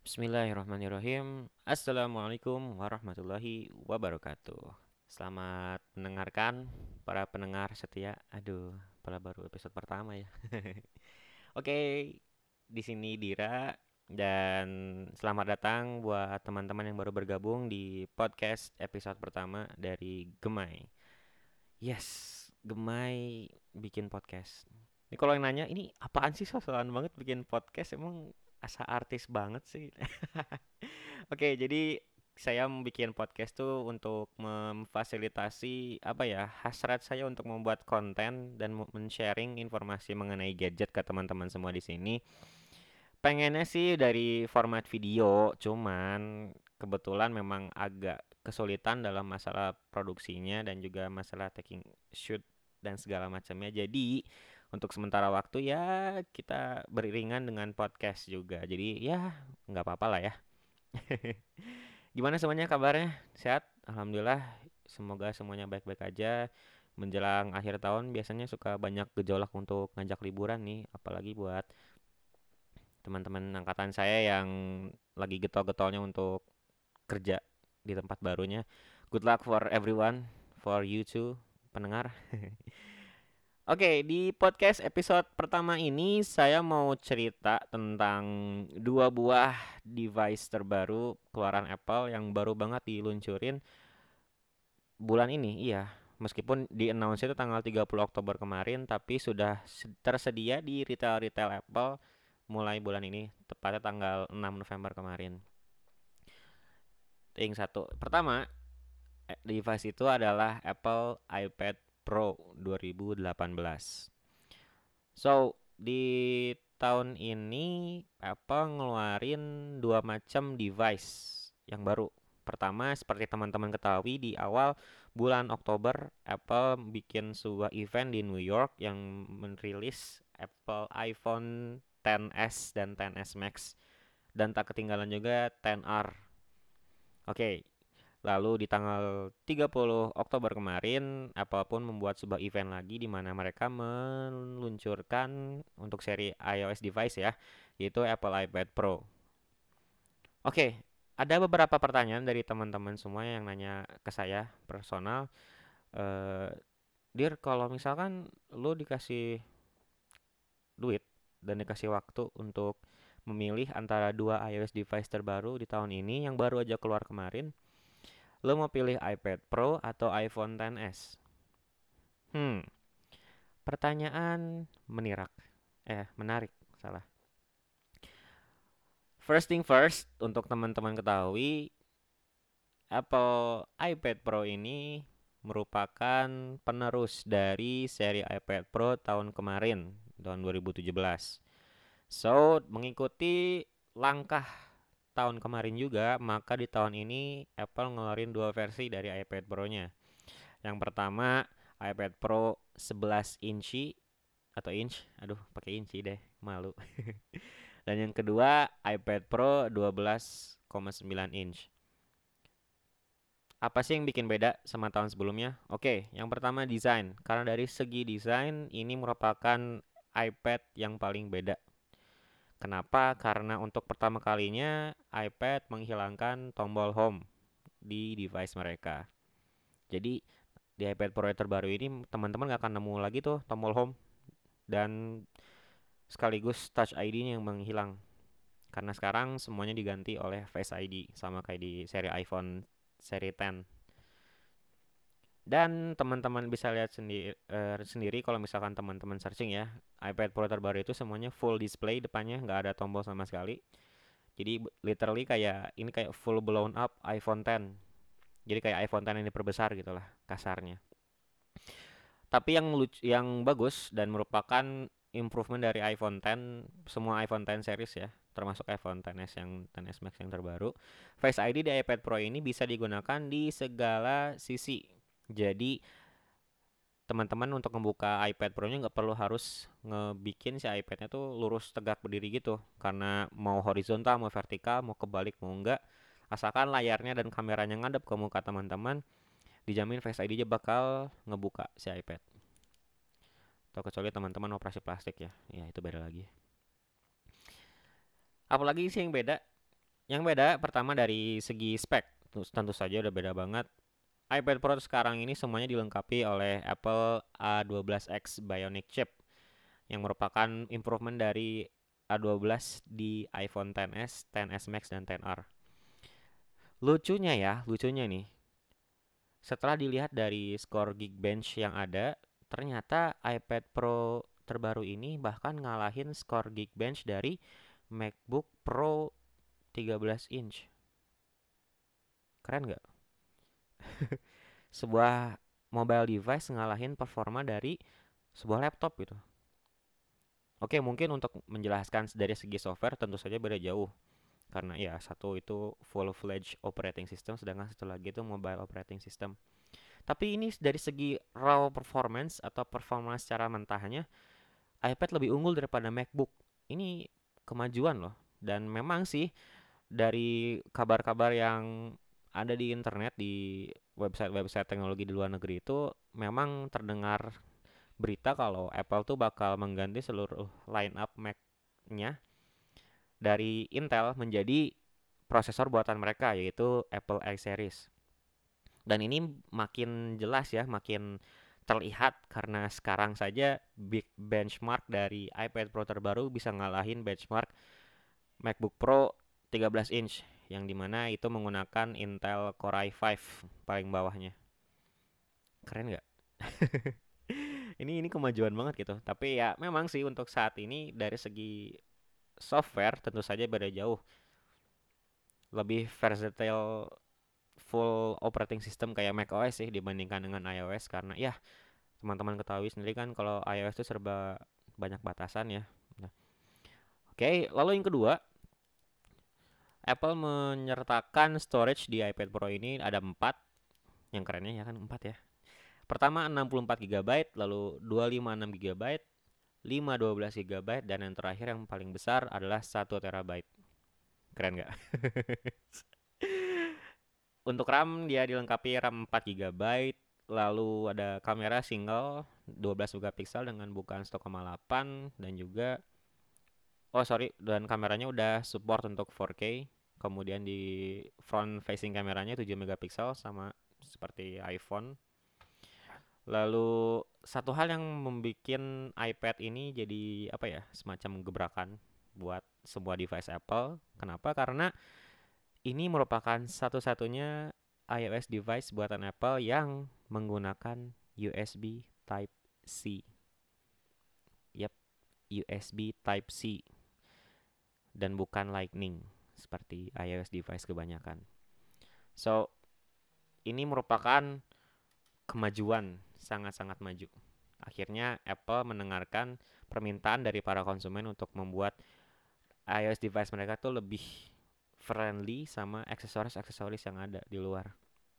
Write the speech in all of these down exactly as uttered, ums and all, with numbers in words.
Bismillahirrahmanirrahim. Assalamualaikum warahmatullahi wabarakatuh. Selamat mendengarkan para pendengar setia. Aduh, pada baru episode pertama ya. Oke, di sini Dira dan selamat datang buat teman-teman yang baru bergabung di podcast episode pertama dari Gemai. Yes, Gemai bikin podcast. Ini kalau yang nanya, ini apaan sih, sosokan banget bikin podcast? Emang asa artis banget sih. Oke, jadi saya bikin podcast tuh untuk memfasilitasi apa ya, hasrat saya untuk membuat konten dan men-sharing informasi mengenai gadget ke teman-teman semua di sini. Pengennya sih dari format video, cuman kebetulan memang agak kesulitan dalam masalah produksinya dan juga masalah taking shoot dan segala macamnya. Jadi untuk sementara waktu ya kita beriringan dengan podcast juga. Jadi ya nggak apa-apa lah ya. Gimana semuanya kabarnya? Sehat? Alhamdulillah. Semoga semuanya baik-baik aja. Menjelang akhir tahun biasanya suka banyak gejolak untuk ngajak liburan nih, apalagi buat teman-teman angkatan saya yang lagi getol-getolnya untuk kerja di tempat barunya. Good luck for everyone, for you too, pendengar. Oke, di podcast episode pertama ini saya mau cerita tentang dua buah device terbaru keluaran Apple yang baru banget diluncurin bulan ini. Iya, meskipun di announce itu tanggal tiga puluh Oktober kemarin, tapi sudah tersedia di retail-retail Apple mulai bulan ini, tepatnya tanggal enam November kemarin. Yang satu, pertama, eh, device itu adalah Apple iPad Pro dua ribu delapan belas. So, di tahun ini Apple ngeluarin dua macam device yang baru. Pertama, seperti teman-teman ketahui di awal bulan Oktober, Apple bikin sebuah event di New York yang merilis Apple iPhone X S dan X S Max dan tak ketinggalan juga X R. Oke, lalu di tanggal tiga puluh Oktober kemarin, Apple pun membuat sebuah event lagi di mana mereka meluncurkan untuk seri iOS device ya, yaitu Apple iPad Pro. Oke, ada beberapa pertanyaan dari teman-teman semua yang nanya ke saya personal. Eh, Dir, kalau misalkan lu dikasih duit dan dikasih waktu untuk memilih antara dua iOS device terbaru di tahun ini yang baru aja keluar kemarin, lo mau pilih iPad Pro atau iPhone X S? Hmm, pertanyaan menirak. Eh, menarik, salah. First thing first, untuk teman-teman ketahui, Apple iPad Pro ini merupakan penerus dari seri iPad Pro tahun kemarin, tahun dua ribu tujuh belas. So, mengikuti langkah tahun kemarin juga, maka di tahun ini Apple ngeluarin dua versi dari iPad Pro-nya. Yang pertama, iPad Pro sebelas inci atau inch, aduh pakai inci deh, malu. Dan yang kedua, iPad Pro dua belas koma sembilan inch. Apa sih yang bikin beda sama tahun sebelumnya? Oke, yang pertama desain. Karena dari segi desain ini merupakan iPad yang paling beda. Kenapa? Karena untuk pertama kalinya iPad menghilangkan tombol home di device mereka. Jadi di iPad Pro yang terbaru ini teman-teman gak akan nemu lagi tuh tombol home dan sekaligus Touch I D-nya yang menghilang. Karena sekarang semuanya diganti oleh Face I D sama kayak di seri iPhone seri X. Dan teman-teman bisa lihat sendiri, eh, sendiri kalau misalkan teman-teman searching ya, iPad Pro terbaru itu semuanya full display depannya, nggak ada tombol sama sekali. Jadi literally kayak ini kayak full blown up iPhone X. Jadi kayak iPhone X yang diperbesar gitu lah kasarnya. Tapi yang lucu, yang bagus dan merupakan improvement dari iPhone X, semua iPhone X series ya, termasuk iPhone X S yang X S Max yang terbaru. Face I D di iPad Pro ini bisa digunakan di segala sisi. Jadi teman-teman untuk membuka iPad Pro-nya nggak perlu harus ngebikin si iPad-nya tuh lurus tegak berdiri gitu, karena mau horizontal, mau vertikal, mau kebalik, mau enggak, asalkan layarnya dan kameranya ngadep ke muka teman-teman, dijamin Face I D-nya bakal ngebuka si iPad. Atau kecuali teman-teman operasi plastik ya, ya itu beda lagi. Apalagi sih yang beda? Yang beda pertama dari segi spek, tentu saja udah beda banget. iPad Pro sekarang ini semuanya dilengkapi oleh Apple A dua belas X Bionic Chip yang merupakan improvement dari A dua belas di iPhone X S, X S Max, dan X R. Lucunya ya, lucunya nih, setelah dilihat dari skor Geekbench yang ada, ternyata iPad Pro terbaru ini bahkan ngalahin skor Geekbench dari MacBook Pro tiga belas inch. Keren nggak? Sebuah mobile device ngalahin performa dari sebuah laptop gitu. Oke, mungkin untuk menjelaskan dari segi software tentu saja beda jauh. Karena ya satu itu full-fledged operating system, sedangkan satu lagi itu mobile operating system. Tapi ini dari segi raw performance atau performa secara mentahnya, iPad lebih unggul daripada MacBook. Ini kemajuan loh. Dan memang sih dari kabar-kabar yang ada di internet, di website-website teknologi di luar negeri itu memang terdengar berita kalau Apple tuh bakal mengganti seluruh line up Mac-nya dari Intel menjadi prosesor buatan mereka, yaitu Apple X Series. Dan ini makin jelas ya, makin terlihat karena sekarang saja big benchmark dari iPad Pro terbaru bisa ngalahin benchmark MacBook Pro tiga belas inch yang dimana itu menggunakan Intel Core i lima paling bawahnya. Keren nggak? ini ini kemajuan banget gitu. Tapi ya memang sih untuk saat ini dari segi software tentu saja beda jauh. Lebih versatile full operating system kayak macOS sih dibandingkan dengan iOS karena ya teman-teman ketahui sendiri kan kalau iOS itu serba banyak batasan ya. Nah, oke, lalu yang kedua, Apple menyertakan storage di iPad Pro ini ada empat. Yang kerennya ya kan empat ya. Pertama enam puluh empat giga byte, lalu dua ratus lima puluh enam giga byte, lima ratus dua belas giga byte, dan yang terakhir yang paling besar adalah satu terabyte. Keren nggak? Untuk RAM dia dilengkapi RAM empat giga byte, lalu ada kamera single dua belas megapiksel dengan bukaan satu koma delapan dan juga oh sorry dan kameranya udah support untuk empat K. Kemudian di front facing kameranya tujuh megapiksel sama seperti iPhone. Lalu satu hal yang membuat iPad ini jadi apa ya, semacam gebrakan buat semua device Apple. Kenapa? Karena ini merupakan satu-satunya iOS device buatan Apple yang menggunakan U S B Type-C. Yap, U S B Type-C dan bukan Lightning seperti iOS device kebanyakan. So, ini merupakan kemajuan sangat-sangat maju. Akhirnya Apple mendengarkan permintaan dari para konsumen untuk membuat iOS device mereka tuh lebih friendly sama aksesoris-aksesoris yang ada di luar.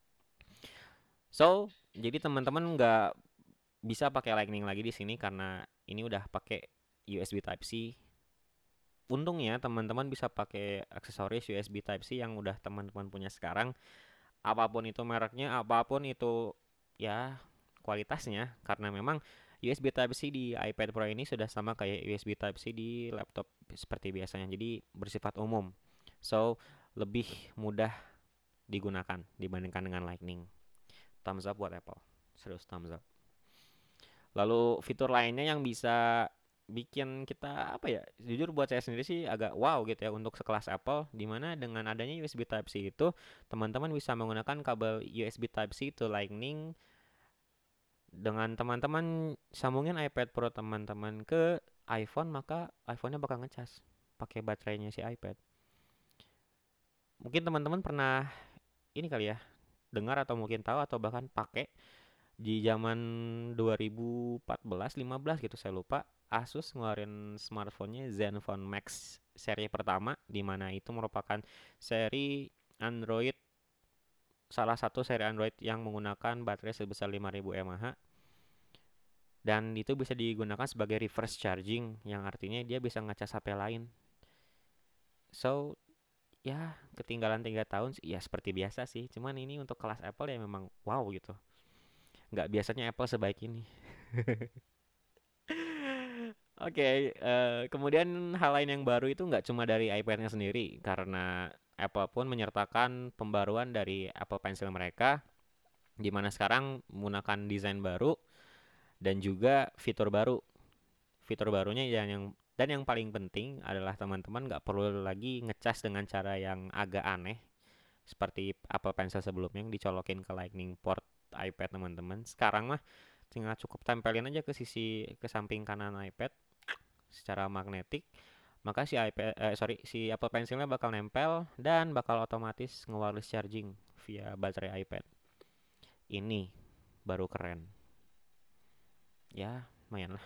So, jadi teman-teman nggak bisa pakai Lightning lagi di sini karena ini udah pakai U S B Type-C. Untungnya teman-teman bisa pakai aksesoris U S B Type-C yang udah teman-teman punya sekarang. Apapun itu mereknya, apapun itu ya kualitasnya, karena memang U S B Type-C di iPad Pro ini sudah sama kayak U S B Type-C di laptop seperti biasanya. Jadi bersifat umum. So, lebih mudah digunakan dibandingkan dengan Lightning. Thumbs up buat Apple. Serius thumbs up. Lalu fitur lainnya yang bisa bikin kita apa ya, jujur buat saya sendiri sih agak wow gitu ya untuk sekelas Apple, dimana dengan adanya U S B Type-C itu teman-teman bisa menggunakan kabel U S B Type-C to Lightning. Dengan teman-teman sambungin iPad Pro teman-teman ke iPhone, maka iPhone-nya bakal ngecas pakai baterainya si iPad. Mungkin teman-teman pernah ini kali ya, dengar atau mungkin tahu atau bahkan pakai di zaman dua ribu empat belas lima belas gitu saya lupa, Asus ngeluarin smartphone-nya Zenfone Max seri pertama, di mana itu merupakan seri Android, salah satu seri Android yang menggunakan baterai sebesar lima ribu mAh, dan itu bisa digunakan sebagai reverse charging yang artinya dia bisa ngecas H P lain. So ya ketinggalan tiga tahun ya seperti biasa sih, cuman ini untuk kelas Apple ya memang wow gitu, nggak biasanya Apple sebaik ini. Oke, okay, uh, kemudian hal lain yang baru itu nggak cuma dari iPad-nya sendiri, karena Apple pun menyertakan pembaruan dari Apple Pencil mereka, di mana sekarang menggunakan desain baru dan juga fitur baru. Fitur barunya yang, yang dan yang paling penting adalah teman-teman nggak perlu lagi ngecas dengan cara yang agak aneh seperti Apple Pencil sebelumnya yang dicolokin ke Lightning port iPad teman-teman. Sekarang mah tinggal cukup tempelin aja ke sisi ke samping kanan iPad secara magnetik, maka si iPad eh, sorry si Apple Pencilnya bakal nempel dan bakal otomatis nge-wireless charging via baterai iPad. Ini baru keren. Ya, lumayan lah.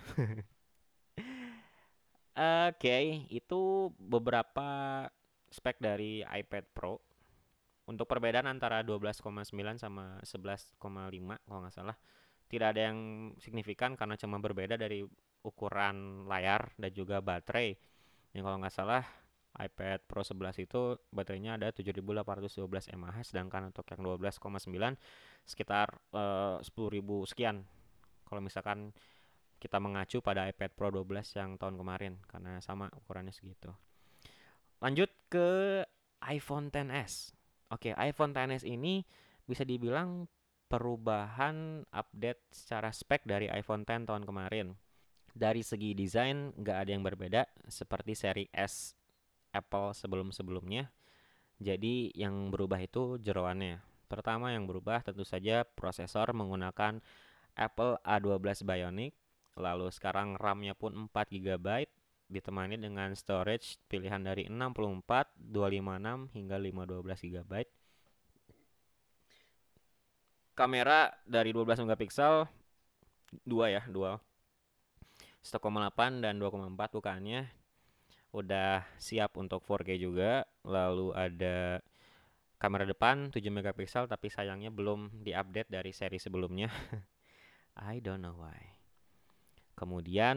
Oke, okay, itu beberapa spek dari iPad Pro. Untuk perbedaan antara dua belas koma sembilan sama sebelas koma lima kalau nggak salah, tidak ada yang signifikan karena cuma berbeda dari ukuran layar dan juga baterai. Yang kalau nggak salah iPad Pro sebelas itu baterainya ada tujuh ribu delapan ratus dua belas mAh, sedangkan untuk yang dua belas koma sembilan sekitar uh, sepuluh ribu sekian. Kalau misalkan kita mengacu pada iPad Pro dua belas yang tahun kemarin karena sama ukurannya segitu. Lanjut ke iPhone X S. Oke, iPhone X S ini bisa dibilang perubahan update secara spek dari iPhone X tahun kemarin. Dari segi desain nggak ada yang berbeda seperti seri S Apple sebelum-sebelumnya. Jadi yang berubah itu jeroannya. Pertama yang berubah tentu saja prosesor menggunakan Apple A dua belas Bionic. Lalu sekarang RAM-nya pun empat giga byte ditemani dengan storage pilihan dari enam puluh empat, dua ratus lima puluh enam hingga lima ratus dua belas giga byte. Kamera dari dua belas megapiksel, dua ya, dua. satu koma delapan dan dua koma empat bukaannya. Udah siap untuk empat K juga. Lalu ada kamera depan tujuh megapiksel tapi sayangnya belum diupdate dari seri sebelumnya. I don't know why. Kemudian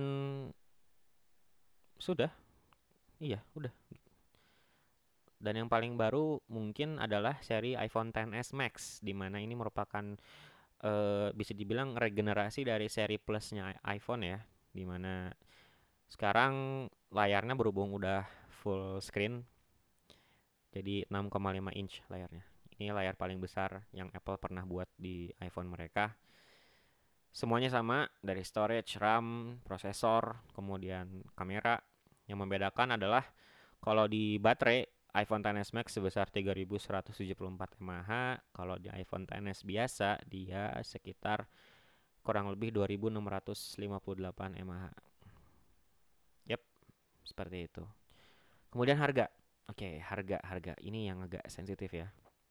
sudah. Iya, udah. Dan yang paling baru mungkin adalah seri iPhone X S Max, di mana ini merupakan uh, bisa dibilang regenerasi dari seri plusnya iPhone ya, di mana sekarang layarnya berhubung udah full screen, jadi enam koma lima inch layarnya. Ini layar paling besar yang Apple pernah buat di iPhone mereka. Semuanya sama dari storage, RAM, prosesor, kemudian kamera. Yang membedakan adalah kalau di baterai iPhone X S Max sebesar tiga ribu seratus tujuh puluh empat mAh, kalau di iPhone X S biasa dia sekitar kurang lebih dua ribu enam ratus lima puluh delapan mAh. Yap, seperti itu. Kemudian harga. Oke, harga harga ini yang agak sensitif ya.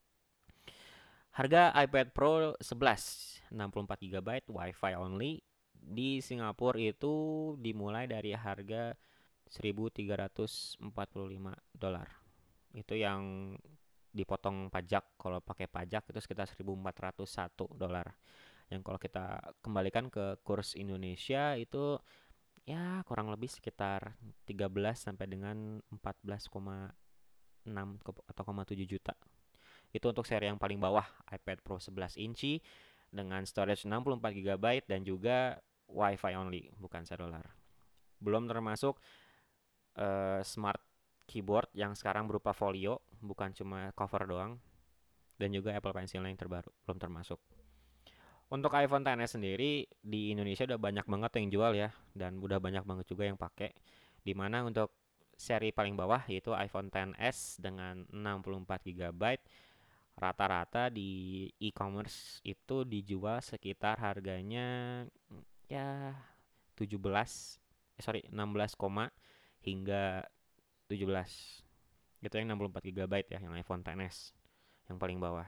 Harga iPad Pro sebelas enam puluh empat giga byte Wi-Fi only di Singapura itu dimulai dari harga seribu tiga ratus empat puluh lima dolar. Itu yang dipotong pajak. Kalau pakai pajak itu sekitar seribu empat ratus satu dolar. Yang kalau kita kembalikan ke kurs Indonesia itu ya kurang lebih sekitar tiga belas sampai dengan empat belas koma enam atau tujuh juta. Itu untuk seri yang paling bawah iPad Pro sebelas inci dengan storage enam puluh empat giga byte dan juga Wi-Fi only, bukan seluler. Belum termasuk uh, smart keyboard yang sekarang berupa folio, bukan cuma cover doang, dan juga Apple Pencil yang terbaru, belum termasuk. Untuk iPhone X S sendiri di Indonesia udah banyak banget yang jual ya, dan udah banyak banget juga yang pakai. Dimana untuk seri paling bawah yaitu iPhone X S dengan enam puluh empat giga byte, rata-rata di e-commerce itu dijual sekitar harganya ya tujuh belas eh sorry enam belas, hingga tujuh belas. Itu yang enam puluh empat giga byte ya, yang iPhone X S yang paling bawah.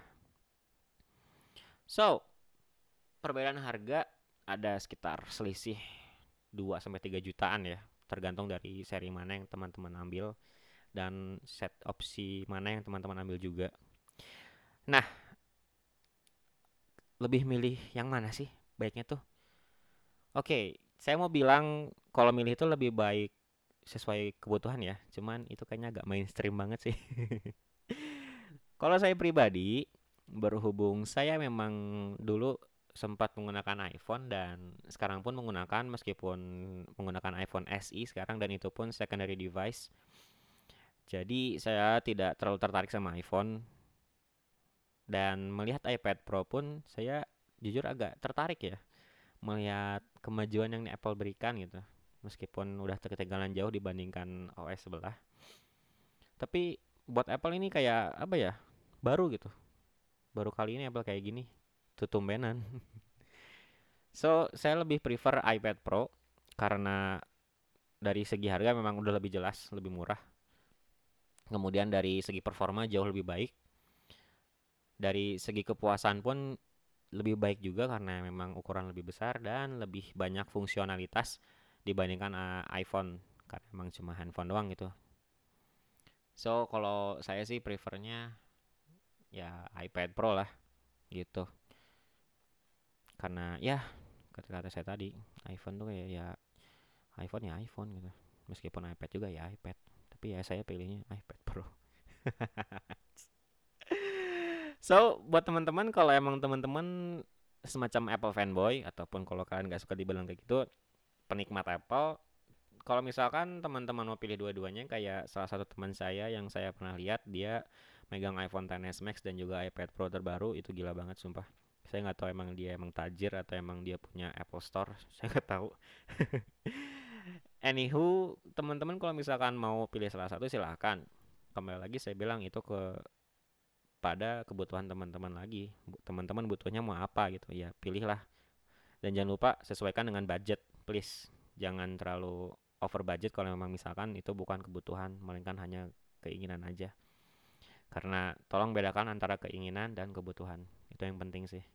So, perbedaan harga ada sekitar selisih dua sampai tiga jutaan ya, tergantung dari seri mana yang teman-teman ambil dan set opsi mana yang teman-teman ambil juga. Nah, lebih milih yang mana sih baiknya tuh? Oke, saya mau bilang kalau milih itu lebih baik sesuai kebutuhan ya. Cuman itu kayaknya agak mainstream banget sih. Kalau saya pribadi, berhubung saya memang dulu sempat menggunakan iPhone dan sekarang pun menggunakan meskipun menggunakan iPhone S E sekarang dan itu pun secondary device. Jadi saya tidak terlalu tertarik sama iPhone dan melihat iPad Pro pun saya jujur agak tertarik ya melihat kemajuan yang Apple berikan gitu. Meskipun udah ketinggalan jauh dibandingkan O S sebelah. Tapi buat Apple ini kayak apa ya? Baru gitu. Baru kali ini Apple kayak gini. Tutumbenan. So, saya lebih prefer iPad Pro karena dari segi harga memang udah lebih jelas, lebih murah. Kemudian dari segi performa jauh lebih baik. Dari segi kepuasan pun lebih baik juga karena memang ukuran lebih besar dan lebih banyak fungsionalitas dibandingkan uh, iPhone karena memang cuma handphone doang gitu. So, kalau saya sih prefernya ya iPad Pro lah gitu. Karena ya kata-kata saya tadi, iPhone tuh kayak ya iPhone ya iPhone gitu. Meskipun iPad juga ya iPad. Tapi ya saya pilihnya iPad Pro. So, buat teman-teman kalau emang teman-teman semacam Apple fanboy ataupun kalau kalian gak suka dibilang kayak gitu, penikmat Apple, kalau misalkan teman-teman mau pilih dua-duanya kayak salah satu teman saya yang saya pernah lihat dia megang iPhone X S Max dan juga iPad Pro terbaru itu gila banget sumpah. Saya nggak tahu emang dia emang tajir atau emang dia punya Apple Store, saya nggak tahu. Anywho, teman-teman kalau misalkan mau pilih salah satu silahkan. Kembali lagi saya bilang itu ke pada kebutuhan teman-teman lagi. Teman-teman butuhnya mau apa gitu ya pilihlah. Dan jangan lupa sesuaikan dengan budget, please. Jangan terlalu over budget kalau memang misalkan itu bukan kebutuhan, melainkan hanya keinginan aja. Karena tolong bedakan antara keinginan dan kebutuhan. Itu yang penting sih.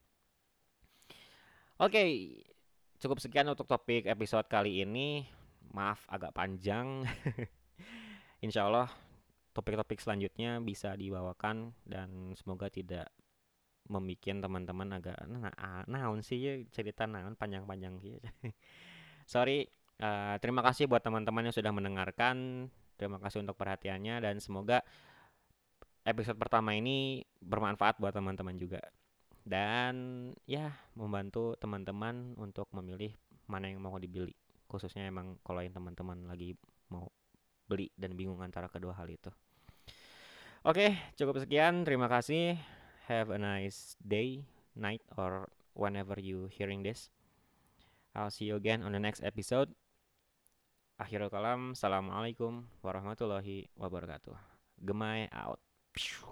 Oke, cukup sekian untuk topik episode kali ini. Maaf agak panjang. Insya Allah topik-topik selanjutnya bisa dibawakan dan semoga tidak membuat teman-teman agak nah, naon sih ya cerita naon panjang-panjang gitu. Sorry. Uh, terima kasih buat teman-teman yang sudah mendengarkan. Terima kasih untuk perhatiannya dan semoga episode pertama ini bermanfaat buat teman-teman juga. Dan ya membantu teman-teman untuk memilih mana yang mau dibeli. Khususnya emang kalau yang teman-teman lagi mau beli dan bingung antara kedua hal itu. Oke, cukup sekian. Terima kasih. Have a nice day, night, or whenever you hearing this. I'll see you again on the next episode. Akhirul kalam, assalamualaikum warahmatullahi wabarakatuh. Gemai out.